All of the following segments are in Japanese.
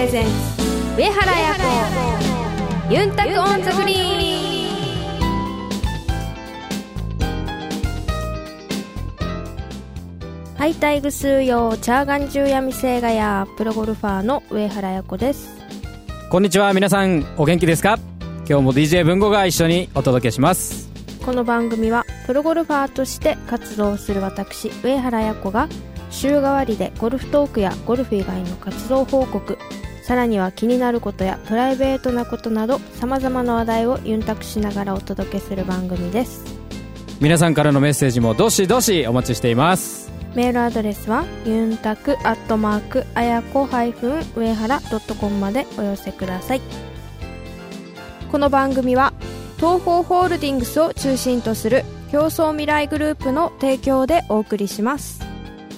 レゼンツ上原彩子ユンタクオンザグリーン。ハイタイグスーヨーチャーガンジューヤミセイガヤプロゴルファーの上原彩子です。 こんにちは、皆さんお元気ですか？今日も DJ 文吾が一緒にお届けします。 この番組はプロゴルファーとして活動する私上原彩子が週替わりでゴルフトークやゴルフ以外の活動報告、さらには気になることやプライベートなことなど様々な話題をユンタクしながらお届けする番組です。 皆さんからのメッセージもどしどしお待ちしています。 メールアドレスはユンタクあやこ上原.com までお寄せください。この番組は東方ホールディングスを中心とする競争未来グループの提供でお送りします。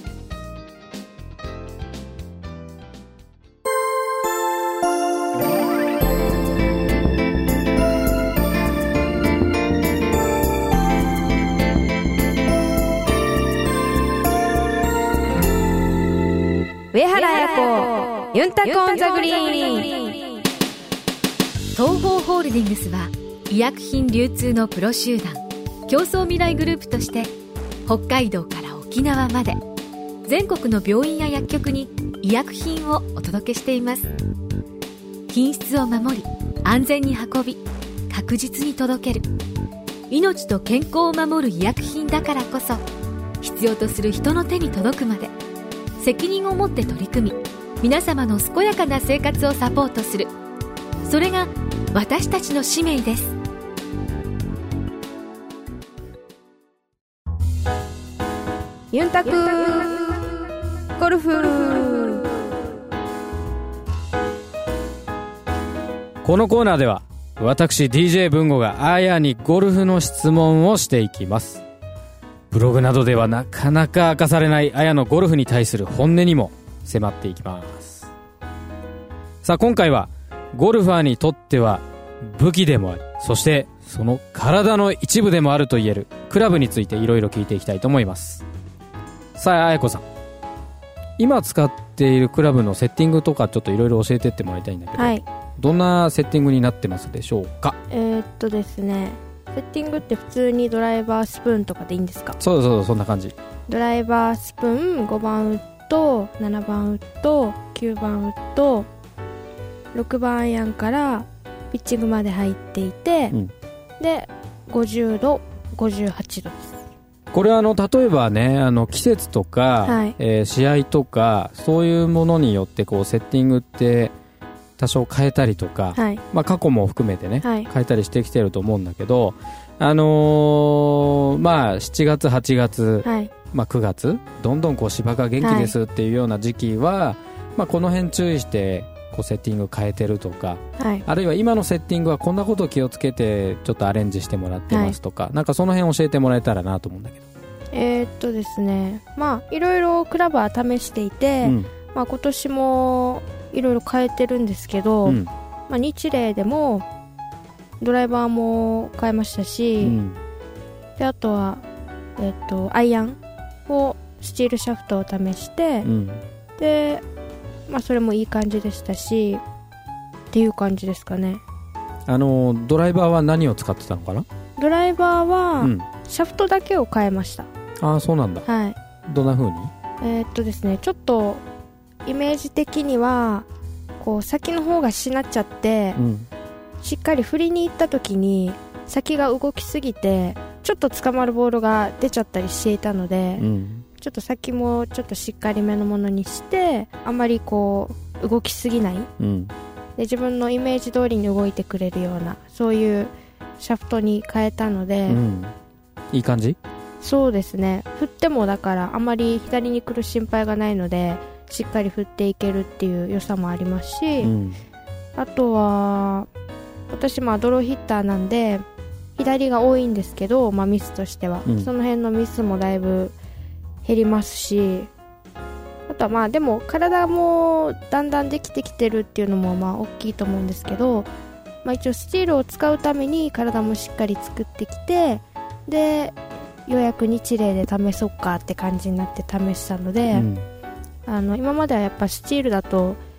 上原彩子ユンタクオンザグリーン。 東方ホールディングスは医薬品流通のプロ集団競争未来グループとして北海道から沖縄まで全国の病院や薬局に医薬品をお届けしています。品質を守り安全に運び確実に届ける、命と健康を守る医薬品だからこそ必要とする人の手に届くまで責任を持って取り組み、皆様の健やかな生活をサポートする、それが私たちの使命です。 ユンタクゴルフ。 このコーナーでは私 DJ 文吾があやにゴルフの質問をしていきます。ブログなどではなかなか明かされないあやのゴルフに対する本音にも迫っていきます。さあ、今回はゴルファーにとっては武器でもあり、そしてその体の一部でもあると言えるクラブについていろいろ聞いていきたいと思います。さあ、あやこさん、今使っているクラブのセッティングとかちょっといろいろ教えてってもらいたいんだけど、 はい、 どんなセッティングになってますでしょうか？ ですね、セッティングって普通にドライバースプーンとかでいいんですか？ そうそう、そんな感じ。 ドライバースプーン5番ウッド、7番ウッド、9番ウッド、6番アイアンからピッチングまで入っていて、で50度58度です。 これは例えばね、季節とか、はい、試合とかそういうものによってこうセッティングって多少変えたりとか、はい、過去も含めてね、はい、変えたりしてきてると思うんだけど、7月8月、はい、9月どんどんこう芝が元気ですっていうような時期は、この辺注意してこうセッティング変えてるとか、はい、あるいは今のセッティングはこんなことを気をつけてちょっとアレンジしてもらってますとか、はい、なんかその辺教えてもらえたらなと思うんだけど。 ですね、いろいろクラブは試していて、今年もいろいろ変えてるんですけど、日例でもドライバーも変えましたし、であとは、アイアンをスチールシャフトを試して、でそれもいい感じでしたしっていう感じですかね。 ドライバーは何を使ってたのかな？ ドライバーは、シャフトだけを変えました。 ああ、そうなんだ。 はい。 どんな風に？ ですね、ちょっとイメージ的にはこう先の方がしなっちゃって、しっかり振りに行った時に先が動きすぎてちょっと捕まるボールが出ちゃったりしていたので、ちょっと先もちょっとしっかりめのものにしてあんまりこう動きすぎない、で自分のイメージ通りに動いてくれるようなそういうシャフトに変えたので、 いい感じ？ そうですね、振ってもだからあんまり左に来る心配がないのでしっかり振っていけるっていう良さもありますし、あとは私ドローヒッターなんで左が多いんですけど、ミスとしては、その辺のミスもだいぶ減りますし、あとはでも体もだんだんできてきてるっていうのも大きいと思うんですけど、一応スチールを使うために体もしっかり作ってきて、でようやく日例で試そうかって感じになって試したので、今まではやっぱスチールだと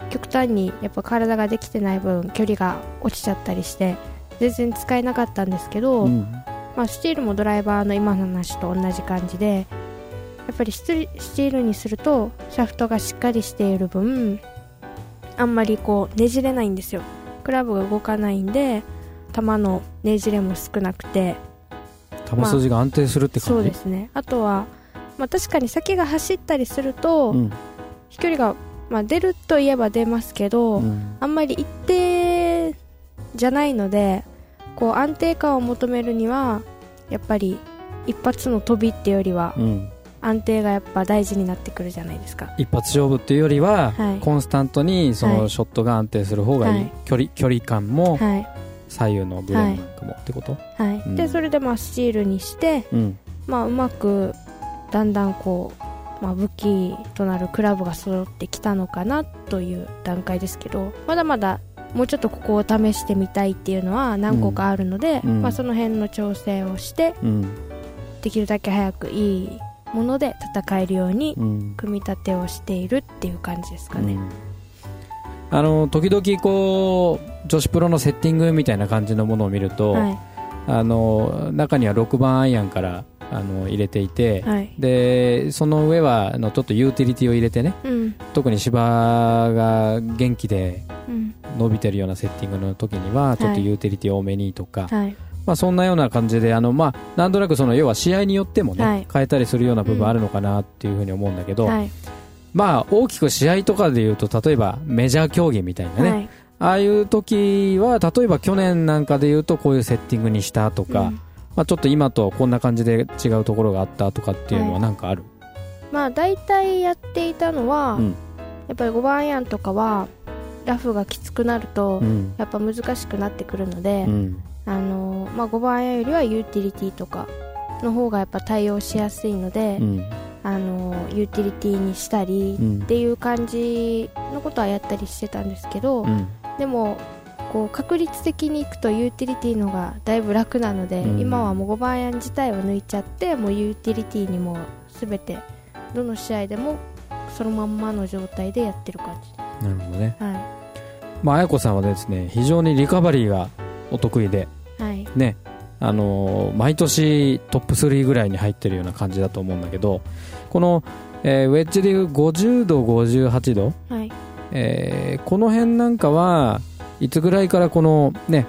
極端にやっぱ体ができてない分距離が落ちちゃったりして全然使えなかったんですけど、スチールもドライバーの今の話と同じ感じで、やっぱりスチールにするとシャフトがしっかりしている分あんまりこうねじれないんですよ。クラブが動かないんで球のねじれも少なくて球筋が安定するって感じ、 そうですね。あとは、確かに先が走ったりすると、飛距離が、出るといえば出ますけど、あんまり一定じゃないのでこう安定感を求めるにはやっぱり一発の飛びっていうよりは、安定がやっぱ大事になってくるじゃないですか。 一発勝負っていうよりは、コンスタントにそのショットが安定する方がいい、距離感も、左右のブレなんかもってこと、 でそれでスチールにして、うまくだんだんこう、武器となるクラブが揃ってきたのかなという段階ですけど、まだまだもうちょっとここを試してみたいっていうのは何個かあるので、その辺の調整をして、できるだけ早くいいもので戦えるように組み立てをしているっていう感じですかね。 時々こう女子プロのセッティングみたいな感じのものを見ると、中には6番アイアンから入れていて、でその上はちょっとユーティリティを入れてね、特に芝が元気で伸びてるようなセッティングの時にはちょっとユーティリティ多めにとか、そんなような感じでなんとなく要は試合によってもね、変えたりするような部分あるのかなっていうふうに思うんだけど、大きく試合とかでいうと例えばメジャー競技みたいなね、ああいう時は例えば去年なんかでいうとこういうセッティングにしたとか、ちょっと今とこんな感じで違うところがあったとかっていうのは何かある？ 大体やっていたのは、やっぱり5番アイアンとかはラフがきつくなるとやっぱ難しくなってくるので、5番アイアンよりはユーティリティとかの方がやっぱ対応しやすいので、ユーティリティにしたりっていう感じのことはやったりしてたんですけど、でもこう確率的にいくとユーティリティのがだいぶ楽なので、今はもう5番アイアン自体を抜いちゃって、もうユーティリティにも全てどの試合でもそのまんまの状態でやってる感じ。 なるほどね。綾子さんはですね、非常にリカバリーがお得意で、ね、毎年トップ3ぐらいに入ってるような感じだと思うんだけど、この、ウェッジでいう50度58度、この辺なんかはいつぐらいからこのね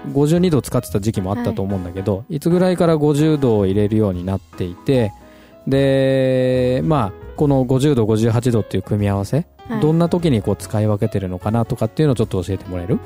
52度使ってた時期もあったと思うんだけど、いつぐらいから50度を入れるようになっていて、でこの50度58度っていう組み合わせ、どんな時にこう使い分けてるのかなとかっていうのをちょっと教えてもらえる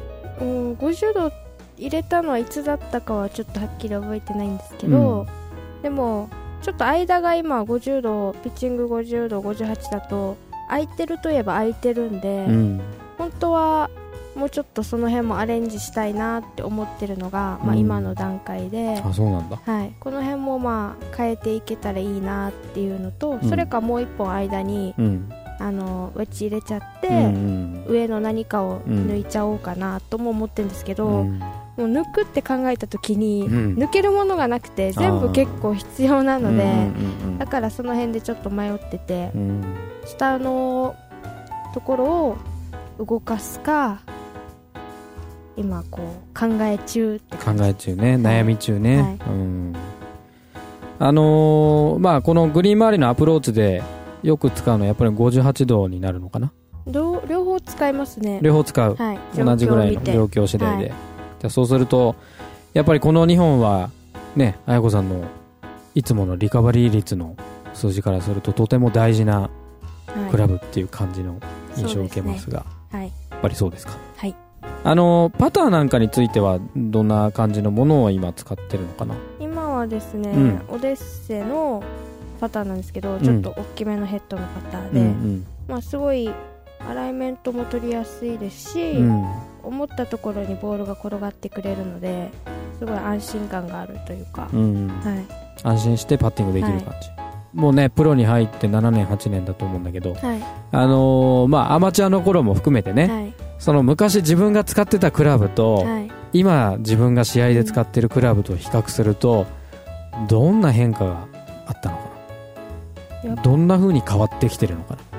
？50度入れたのはいつだったかはちょっとはっきり覚えてないんですけど、でもちょっと間が今50度ピッチング50度58だと空いてるといえば空いてるんで、本当はもうちょっとその辺もアレンジしたいなって思ってるのが、今の段階で、 そうなんだ。 この辺も変えていけたらいいなっていうのと、それかもう一本間に、ウェッジ入れちゃって、上の何かを抜いちゃおうかなとも思ってるんですけど、もう抜くって考えた時に、抜けるものがなくて全部結構必要なので、だからその辺でちょっと迷ってて、下のところを動かすか今こう考え中って感じ。 考え中ね、悩み中ね、このグリーン周りのアプローチでよく使うのはやっぱり58度になるのかな。 両方使いますね。 両方使う、同じぐらいの状況次第で、じゃあそうするとやっぱりこの2本はね、綾子さんのいつものリカバリー率の数字からするととても大事なクラブっていう感じの印象を受けますが、やっぱりそうですか。パターなんかについてはどんな感じのものを今使ってるのかな。 今はですね、オデッセのパターなんですけど、ちょっと大きめのヘッドのパターで、すごいアライメントも取りやすいですし、思ったところにボールが転がってくれるので、すごい安心感があるというか、 安心してパッティングできる感じ、もうねプロに入って7年8年だと思うんだけど、アマチュアの頃も含めてね、その昔自分が使ってたクラブと、今自分が試合で使ってるクラブと比較すると、どんな変化があったのかな。どんな風に変わってきてるのかな。 やっ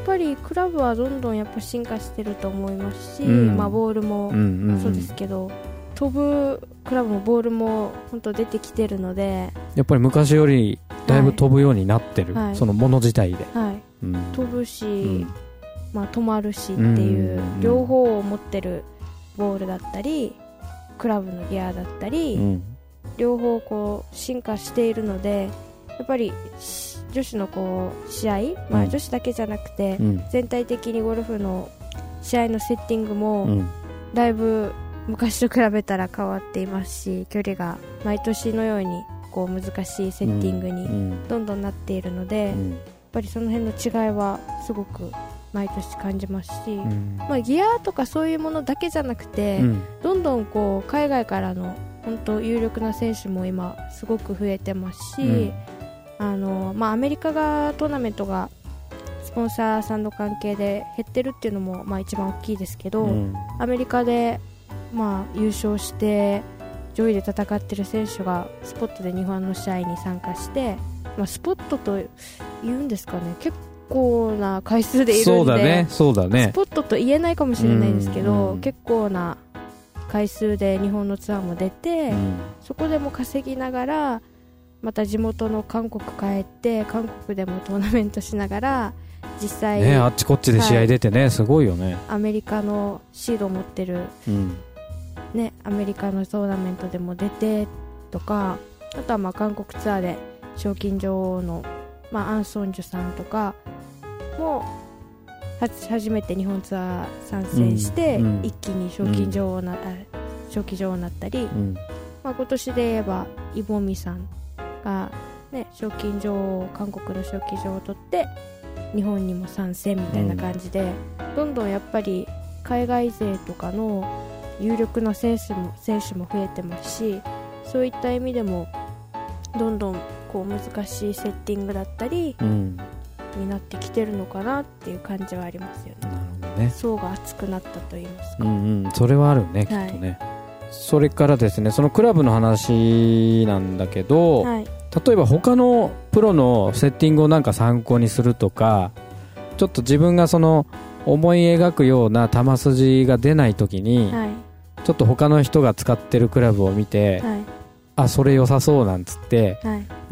ぱりクラブはどんどんやっぱ進化してると思いますし、まあ、ボールもそうですけど、飛ぶクラブもボールも本当出てきてるので、 やっぱり昔よりだいぶ飛ぶようになってる、 はい、 そのもの自体で、 はい、飛ぶし、まあ、止まるしっていう両方を持ってるボールだったりクラブのギアだったり、両方こう進化しているので、やっぱり女子のこう試合、まあ、女子だけじゃなくて、全体的にゴルフの試合のセッティングもだいぶ昔と比べたら変わっていますし、距離が毎年のようにこう難しいセッティングにどんどんなっているので、やっぱりその辺の違いはすごく毎年感じますし、まあ、ギアとかそういうものだけじゃなくて、どんどんこう海外からの本当有力な選手も今すごく増えてますし、まあ、アメリカがトーナメントがスポンサーさんの関係で減ってるっていうのもまあ一番大きいですけど、アメリカでまあ優勝して上位で戦ってる選手がスポットで日本の試合に参加して、まあ、スポットと言うんですかね、結構な回数でいるんで、 そうだね、 スポットと言えないかもしれないですけど、結構な回数で日本のツアーも出て、そこでも稼ぎながらまた地元の韓国帰って韓国でもトーナメントしながら実際、 ね、あっちこっちで試合出てね、はい、すごいよね。 アメリカのシードを持ってる、ね、アメリカのトーナメントでも出てとか、あとはまあ韓国ツアーで賞金女王の、まあ、アン・ソンジュさんとかも初めて日本ツアー参戦して、一気に賞金女王になったり、まあ、今年で言えばイ・ボミさんが、ね、賞金女王、韓国の賞金女王を取って日本にも参戦みたいな感じで、どんどんやっぱり海外勢とかの有力な選手も増えてますし、そういった意味でもどんどんこう難しいセッティングだったり、になってきてるのかなっていう感じはありますよね。 なるほどね。層が厚くなったと言いますか、 それはあるね、きっとね、それからですね、そのクラブの話なんだけど、例えば他のプロのセッティングをなんか参考にするとか、ちょっと自分がその思い描くような球筋が出ないときに、ちょっと他の人が使ってるクラブを見て、あ、それ良さそうなんつって、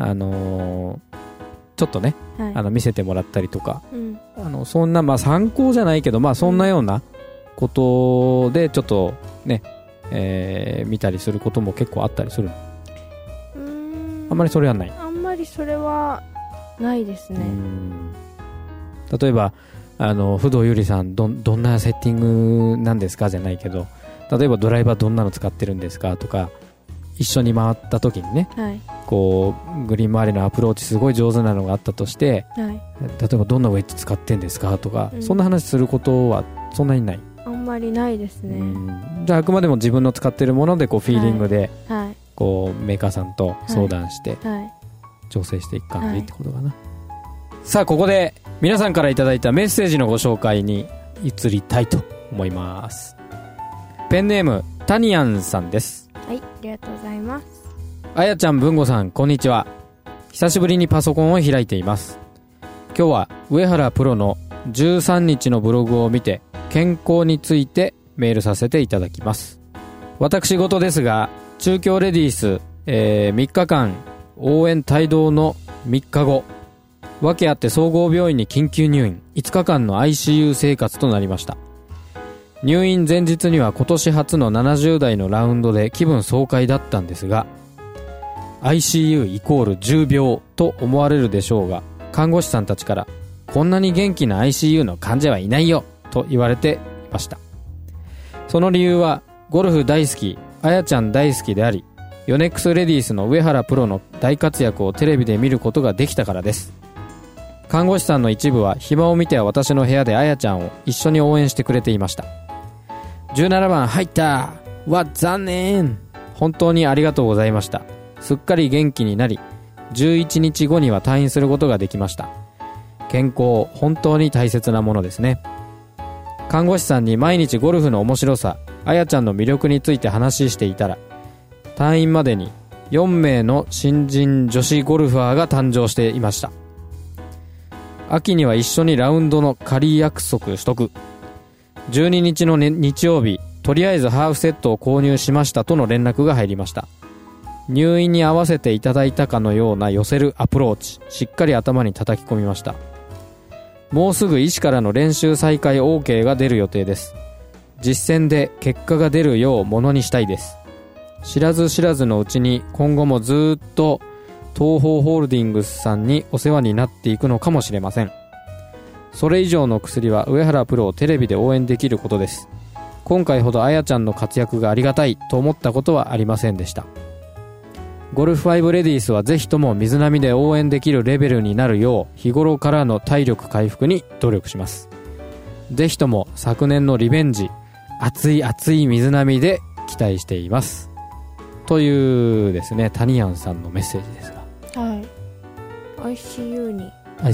ちょっとね、見せてもらったりとか、そんな、まあ、参考じゃないけど、まあ、そんなようなことでちょっとね、見たりすることも結構あったりする。あんまりそれはない。 あんまりそれはないですね。 例えば不動ゆりさんどんなセッティングなんですかじゃないけど、例えばドライバーどんなの使ってるんですかとか、一緒に回った時にね、こうグリーン周りのアプローチすごい上手なのがあったとして、例えばどんなウェッジ使ってんですかとか、そんな話することはそんなにない。 あんまりないですね。 じゃああくまでも自分の使ってるものでこうフィーリングで、こうメーカーさんと相談して調整していく感じってことかな。さあここで皆さんからいただいたメッセージのご紹介に移りたいと思います。ペンネームタニアンさんです。 はい、ありがとうございます。 あやちゃん、文吾さん、こんにちは。久しぶりにパソコンを開いています。今日は上原プロの13日のブログを見て健康についてメールさせていただきます。私事ですが、中京レディース、3日間応援帯同の3日後、訳あって総合病院に緊急入院、5日間の ICU 生活となりました。入院前日には今年初の70代のラウンドで気分爽快だったんですが、 ICU イコール重病と思われるでしょうが、看護師さんたちからこんなに元気な ICU の患者はいないよと言われていました。その理由はゴルフ大好き、あやちゃん大好きであり、ヨネックスレディースの上原プロの大活躍をテレビで見ることができたからです。看護師さんの一部は暇を見ては私の部屋であやちゃんを一緒に応援してくれていました。17番入ったわ、残念。本当にありがとうございました。すっかり元気になり、11日後には退院することができました。健康、本当に大切なものですね。看護師さんに毎日ゴルフの面白さ、あやちゃんの魅力について話していたら、退院までに4名の新人女子ゴルファーが誕生していました。 秋には一緒にラウンドの仮約束しとく。12日の、日曜日、とりあえずハーフセットを購入しましたとの連絡が入りました。入院に合わせていただいたかのような寄せるアプローチ、しっかり頭に叩き込みました。もうすぐ医師からの練習再開 OK が出る予定です。実戦で結果が出るようものにしたいです。知らず知らずのうちに今後もずっと東方ホールディングスさんにお世話になっていくのかもしれません。それ以上の薬は上原プロをテレビで応援できることです。今回ほどあやちゃんの活躍がありがたいと思ったことはありませんでした。ゴルフ5レディースはぜひとも水波で応援できるレベルになるよう日頃からの体力回復に努力します。ぜひとも昨年のリベンジ、熱い熱い水波で期待しています。というですね、タニヤンさんのメッセージですが、 はい、ICU に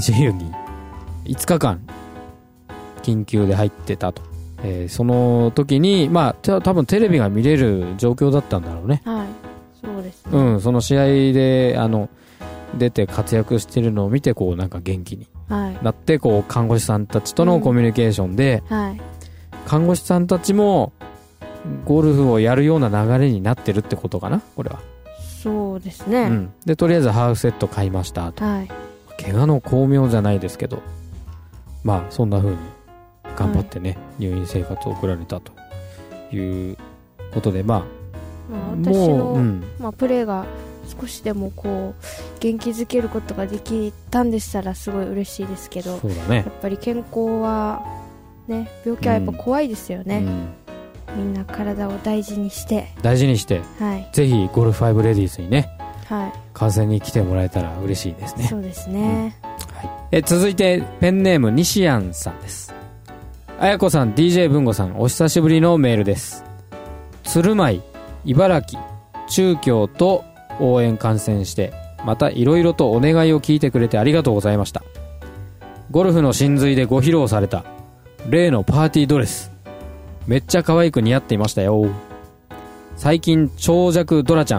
5日間緊急で入ってたと、その時に多分テレビが見れる状況だったんだろうね。 はい、そうですね。 その試合で出て活躍してるのを見てこうなんか元気になって、こう看護師さんたちとのコミュニケーションで、看護師さんたちもゴルフをやるような流れになってるってことかな、これは。 そうですね。 でとりあえずハーフセット買いましたと、怪我の巧妙じゃないですけど、そんな風に頑張ってね、入院生活を送られたということで、私の、プレーが少しでもこう元気づけることができたんでしたらすごい嬉しいですけど、 そうだね、 やっぱり健康はね、病気はやっぱ怖いですよね。みんな体を大事にして、ぜひゴルフ5レディースにね、観戦に来てもらえたら嬉しいですね。 そうですね。 続いてペンネーム西安さんです。あやこさん、 DJ 文吾さん、お久しぶりのメールです。鶴舞、茨城、中京と応援観戦して、またいろいろとお願いを聞いてくれてありがとうございました。ゴルフの真髄でご披露された例のパーティードレス、めっちゃ可愛く似合っていましたよ。最近長尺ドラちゃん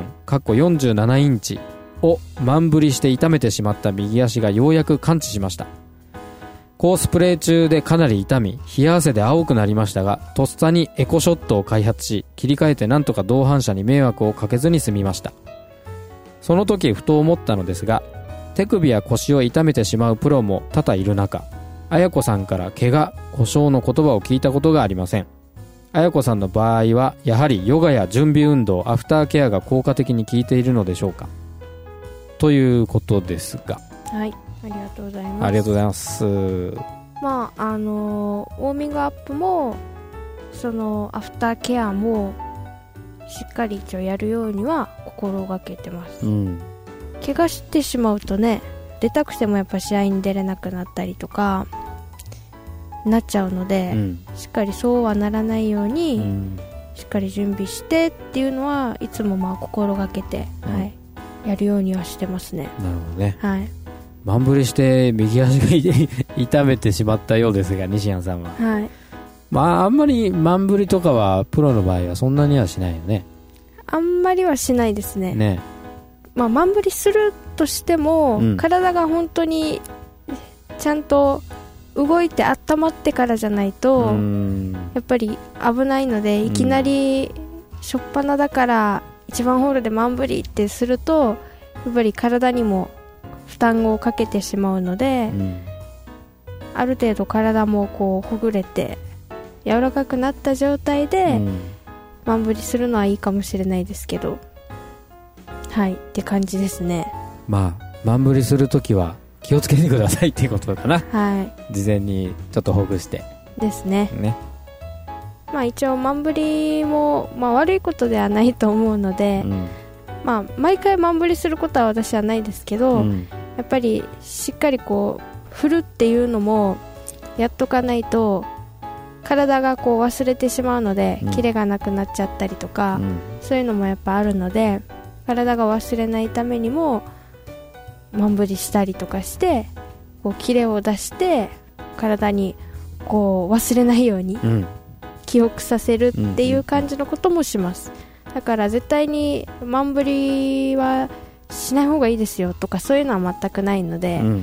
47インチを満振りして痛めてしまった右足がようやく完治しました。コースプレー中でかなり痛み、冷や汗で青くなりましたが、とっさにエコショットを開発し、切り替えてなんとか同伴者に迷惑をかけずに済みました。その時ふと思ったのですが、手首や腰を痛めてしまうプロも多々いる中、あやこさんから怪我、故障の言葉を聞いたことがありません。あやこさんの場合はやはりヨガや準備運動、アフターケアが効果的に効いているのでしょうか、ということですが。 はい、ありがとうございます。 ありがとうございます。 ウォーミングアップもそのアフターケアもしっかり一応やるようには心がけてます。怪我してしまうとね、出たくてもやっぱ試合に出れなくなったりとかなっちゃうので、しっかりそうはならないように、しっかり準備してっていうのはいつも心がけて、やるようにはしてますね。 なるほどね。満振りして右足が痛めてしまったようですが、西山さんは、あんまり満振りとかはプロの場合はそんなにはしないよね。 あんまりはしないですね。満振りするとしても、体が本当にちゃんと動いて温まってからじゃないとやっぱり危ないので、いきなり初っ端だから1番ホールで満振りってするとやっぱり体にも負担をかけてしまうので、ある程度体もこうほぐれて柔らかくなった状態で満振りするのはいいかもしれないですけど、って感じですね。満振りするときは気をつけてくださいっていうことかな。事前にちょっとほぐしてですね。一応満振りも、悪いことではないと思うので、毎回満振りすることは私はないですけど、やっぱりしっかりこう振るっていうのもやっとかないと体がこう忘れてしまうので、キレがなくなっちゃったりとか、そういうのもやっぱあるので、体が忘れないためにも満振りしたりとかして、こうキレを出して体にこう忘れないように記憶させるっていう感じのこともします。だから絶対に満振りはしない方がいいですよとかそういうのは全くないので、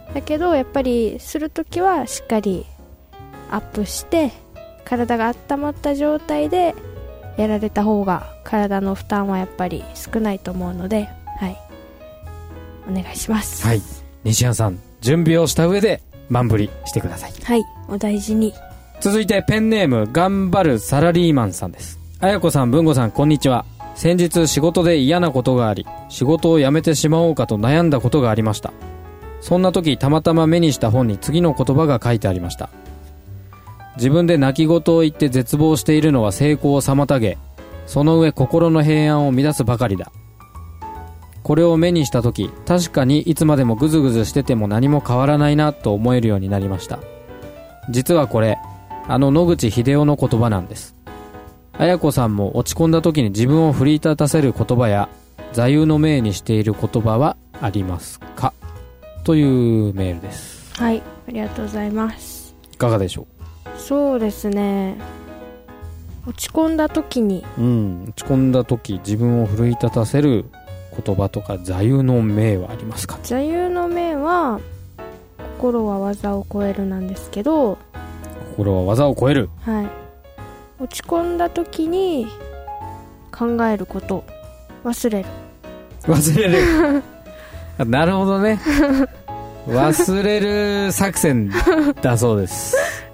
だけどやっぱりするときはしっかりアップして体が温まった状態でやられた方が体の負担はやっぱり少ないと思うので、はい、お願いします。 はい、西山さん準備をした上でマンブリしてください。 はい、お大事に。 続いてペンネーム頑張るサラリーマンさんです。あやこさん、文吾さん、こんにちは。先日仕事で嫌なことがあり、仕事を辞めてしまおうかと悩んだことがありました。そんな時たまたま目にした本に次の言葉が書いてありました。自分で泣き言を言って絶望しているのは成功を妨げ、その上心の平安を乱すばかりだ。これを目にした時、確かにいつまでもグズグズしてても何も変わらないなと思えるようになりました。実はこれ野口英世の言葉なんです。あやこさんも落ち込んだ時に自分を奮い立たせる言葉や座右の銘にしている言葉はありますか、というメールです。 はい、ありがとうございます。 いかがでしょう。 そうですね、落ち込んだ時に、 落ち込んだ時自分を奮い立たせる言葉とか座右の銘はありますか。 座右の銘は心は技を超えるなんですけど、 心は技を超える。 はい、落ち込んだ時に考えること、忘れるなるほどね忘れる作戦だそうです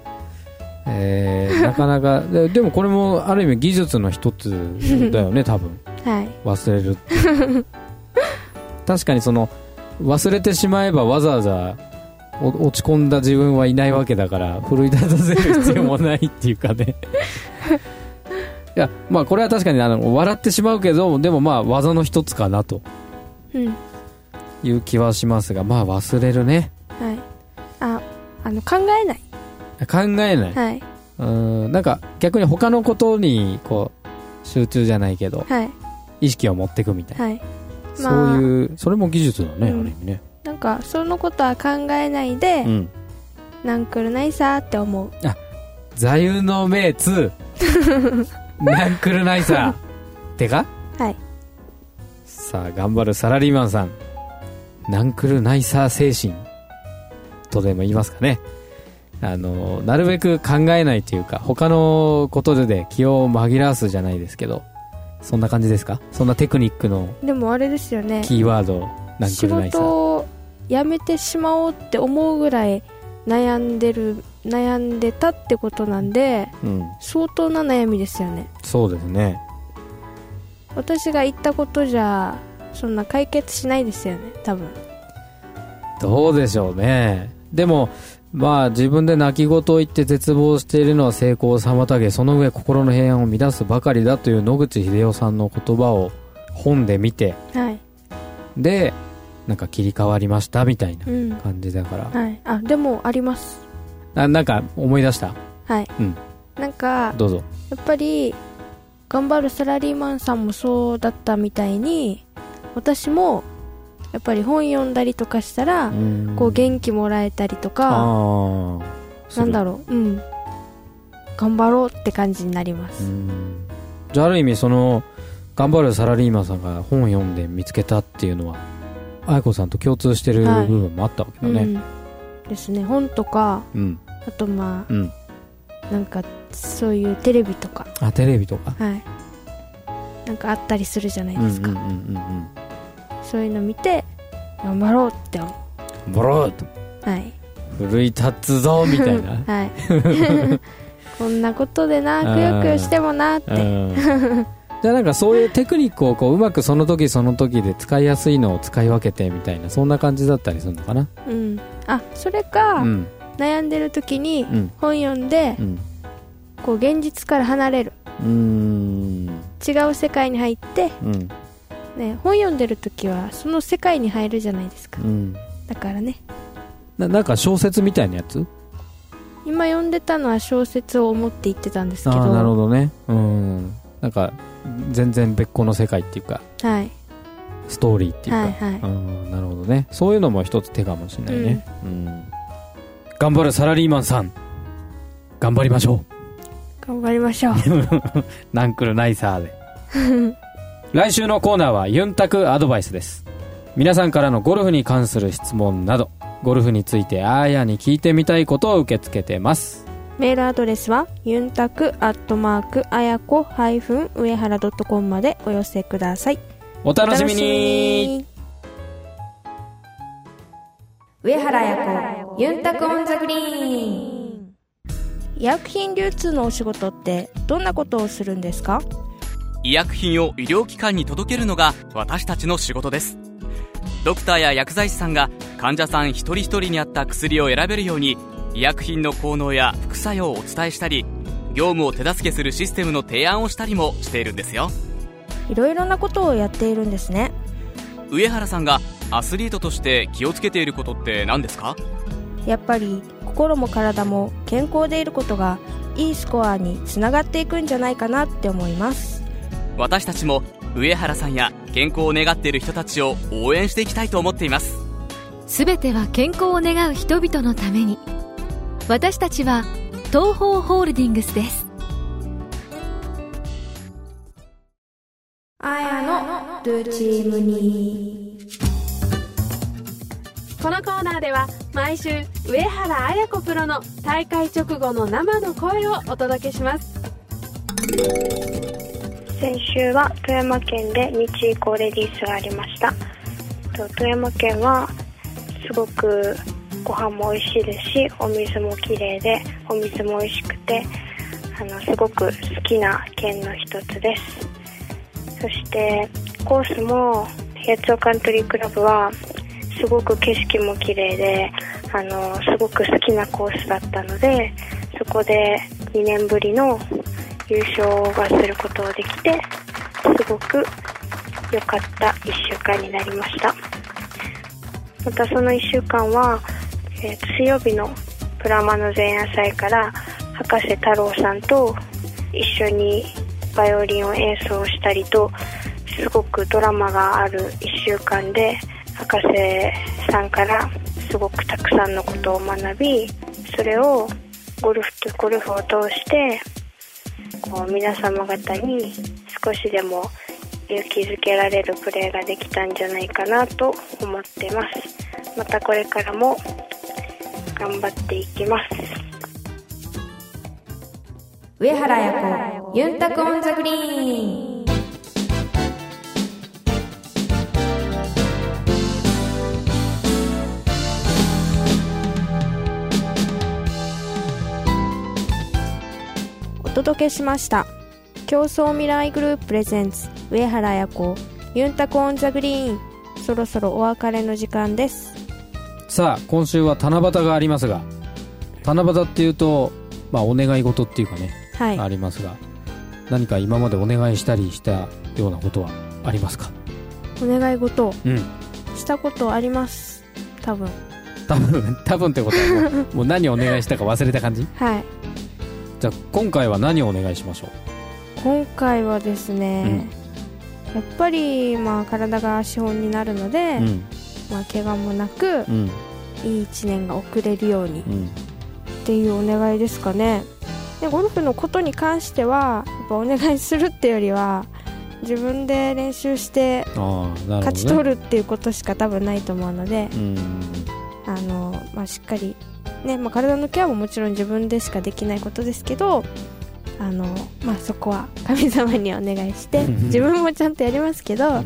なかなかでもこれもある意味技術の一つだよね多分、 はい、 忘れるって確かにその忘れてしまえばわざわざ落ち込んだ自分はいないわけだから奮い立たせる必要もないっていうかねいや、まあこれは確かに笑ってしまうけど、でもまあ技の一つかなという気はしますが、まあ忘れるね。 はい。考えない。 考えない。 はい。 なんか逆に他のことにこう集中じゃないけど、 はい、 意識を持っていくみたいな。はい。 まあ、 そういうそれも技術だね、ある意味ね。 なんかそのことは考えないで、なんくるないさーって思う。 あ、座右の銘2なんくるないさってか。 はい。 さあ頑張るサラリーマンさん、なんくるないさ精神とでも言いますかね。なるべく考えないというか他のことで気を紛らわすじゃないですけど、そんな感じですか。そんなテクニックのでもあれですよね、 キーワードなんくるないさ。 仕事を辞めてしまおうって思うぐらい悩んでたってことなんで、相当な悩みですよね。 そうですね。 私が言ったことじゃそんな解決しないですよね多分。 どうでしょうね。でもまあ自分で泣き言を言って絶望しているのは成功を妨げ、その上心の平安を乱すばかりだという野口英世さんの言葉を本で見て、 はい、 でなんか切り替わりましたみたいな感じだから、 はい、あ、でもあります。 なんか思い出した。 はい、なんかどうぞ。 やっぱり頑張るサラリーマンさんもそうだったみたいに、私もやっぱり本読んだりとかしたらこう元気もらえたりとか、なんだろう、頑張ろうって感じになります。 じゃあある意味その頑張るサラリーマンさんが本を読んで見つけたっていうのは愛子さんと共通してる部分もあったわけだね。 ですね。本とか、あとまあ、なんかそういうテレビとか、 テレビとか、 はい、なんかあったりするじゃないですか。そういうの見て頑張ろうって思う。 頑張ろうと、 はい、 奮い立つぞみたいなはいこんなことでなくよくよしてもなってじゃあなんかそういうテクニックをこううまくその時その時で使いやすいのを使い分けてみたいな、そんな感じだったりするのかな。 あ、それか、悩んでる時に本読んで、こう現実から離れる、違う世界に入って、ね、本読んでる時はその世界に入るじゃないですか、だからね。 なんか小説みたいなやつ、 今読んでたのは小説を思って言ってたんですけど。 なるほどね。なんか全然別個の世界っていうか、 はい、 ストーリーっていうか、なるほどね。そういうのも一つ手かもしれないね。頑張るサラリーマンさん、頑張りましょう。 頑張りましょうなんくるないさーで来週のコーナーはユンタクアドバイスです。皆さんからのゴルフに関する質問などゴルフについてあーやに聞いてみたいことを受け付けてます。 メールアドレスはユンタク@ayako-uehara.com までお寄せください。 お楽しみに。 上原彩子ユンタクオンザグリーン。医薬品流通のお仕事ってどんなことをするんですか？ 医薬品を医療機関に届けるのが私たちの仕事です。ドクターや薬剤師さんが患者さん一人一人に合った薬を選べるように医薬品の効能や副作用をお伝えしたり、業務を手助けするシステムの提案をしたりもしているんですよ。 いろいろなことをやっているんですね。 上原さんがアスリートとして気をつけていることって何ですか？ やっぱり心も体も健康でいることがいいスコアにつながっていくんじゃないかなって思います。 私たちも上原さんや健康を願っている人たちを応援していきたいと思っています。 すべては健康を願う人々のために。私たちは東方ホールディングスです。 あやのルーチームに。 このコーナーでは毎週上原彩子プロの大会直後の生の声をお届けします。 先週は富山県で日以降レディースがありました。富山県はすごくご飯も美味しいですし、お水もきれいでお水も美味しくてすごく好きな県の一つです。そしてコースも八尾カントリークラブはすごく景色もきれいですごく好きなコースだったので、そこで2年ぶりの優勝がすることができてすごく良かった1週間になりました。またその1週間は、水曜日のプラマの前夜祭から博士太郎さんと一緒にバイオリンを演奏したりと、すごくドラマがある1週間で博士さんからすごくたくさんのことを学び、それをゴルフを通して皆様方に少しでも勇気づけられるプレーができたんじゃないかなと思ってます。またこれからも頑張っていきます。 上原彩子ユンタクオンザグリーン。お届けしました競争未来グループプレゼンツ上原彩子ユンタクオンザグリーン。そろそろお別れの時間です。 さあ今週は七夕がありますが、七夕っていうとお願い事っていうかね、はい、ありますが、何か今までお願いしたりしたようなことはありますか？ お願い事、したことあります。多分ってことはもう何をお願いしたか忘れた感じ？ はい。 じゃあ今回は何をお願いしましょう？ 今回はですね、やっぱり体が資本になるので、怪我もなく、いい1年が送れるように、っていうお願いですかね。でゴルフのことに関してはやっぱお願いするってよりは自分で練習して勝ち取るっていうことしか多分ないと思うので、しっかりね、体のケアももちろん自分でしかできないことですけど、そこは神様にお願いして自分もちゃんとやりますけど、はい、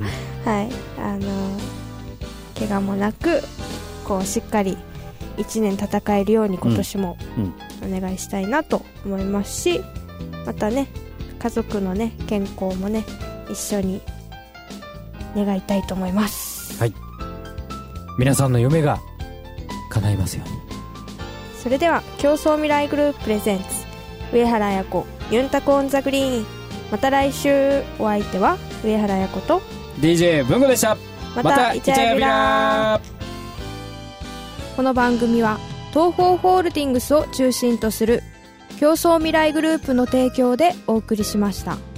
怪我もなくしっかり1年戦えるように今年もお願いしたいなと思いますし、またね家族のね健康もね一緒に願いたいと思います。 はい、皆さんの夢が叶いますように。 それでは競争未来グループプレゼンツ上原彩子ユンタクオンザグリーン。また来週。お相手は上原彩子と DJ 文吾でした。またイチャヤビラ。 この番組は東方ホールディングスを中心とする競争未来グループの提供でお送りしました。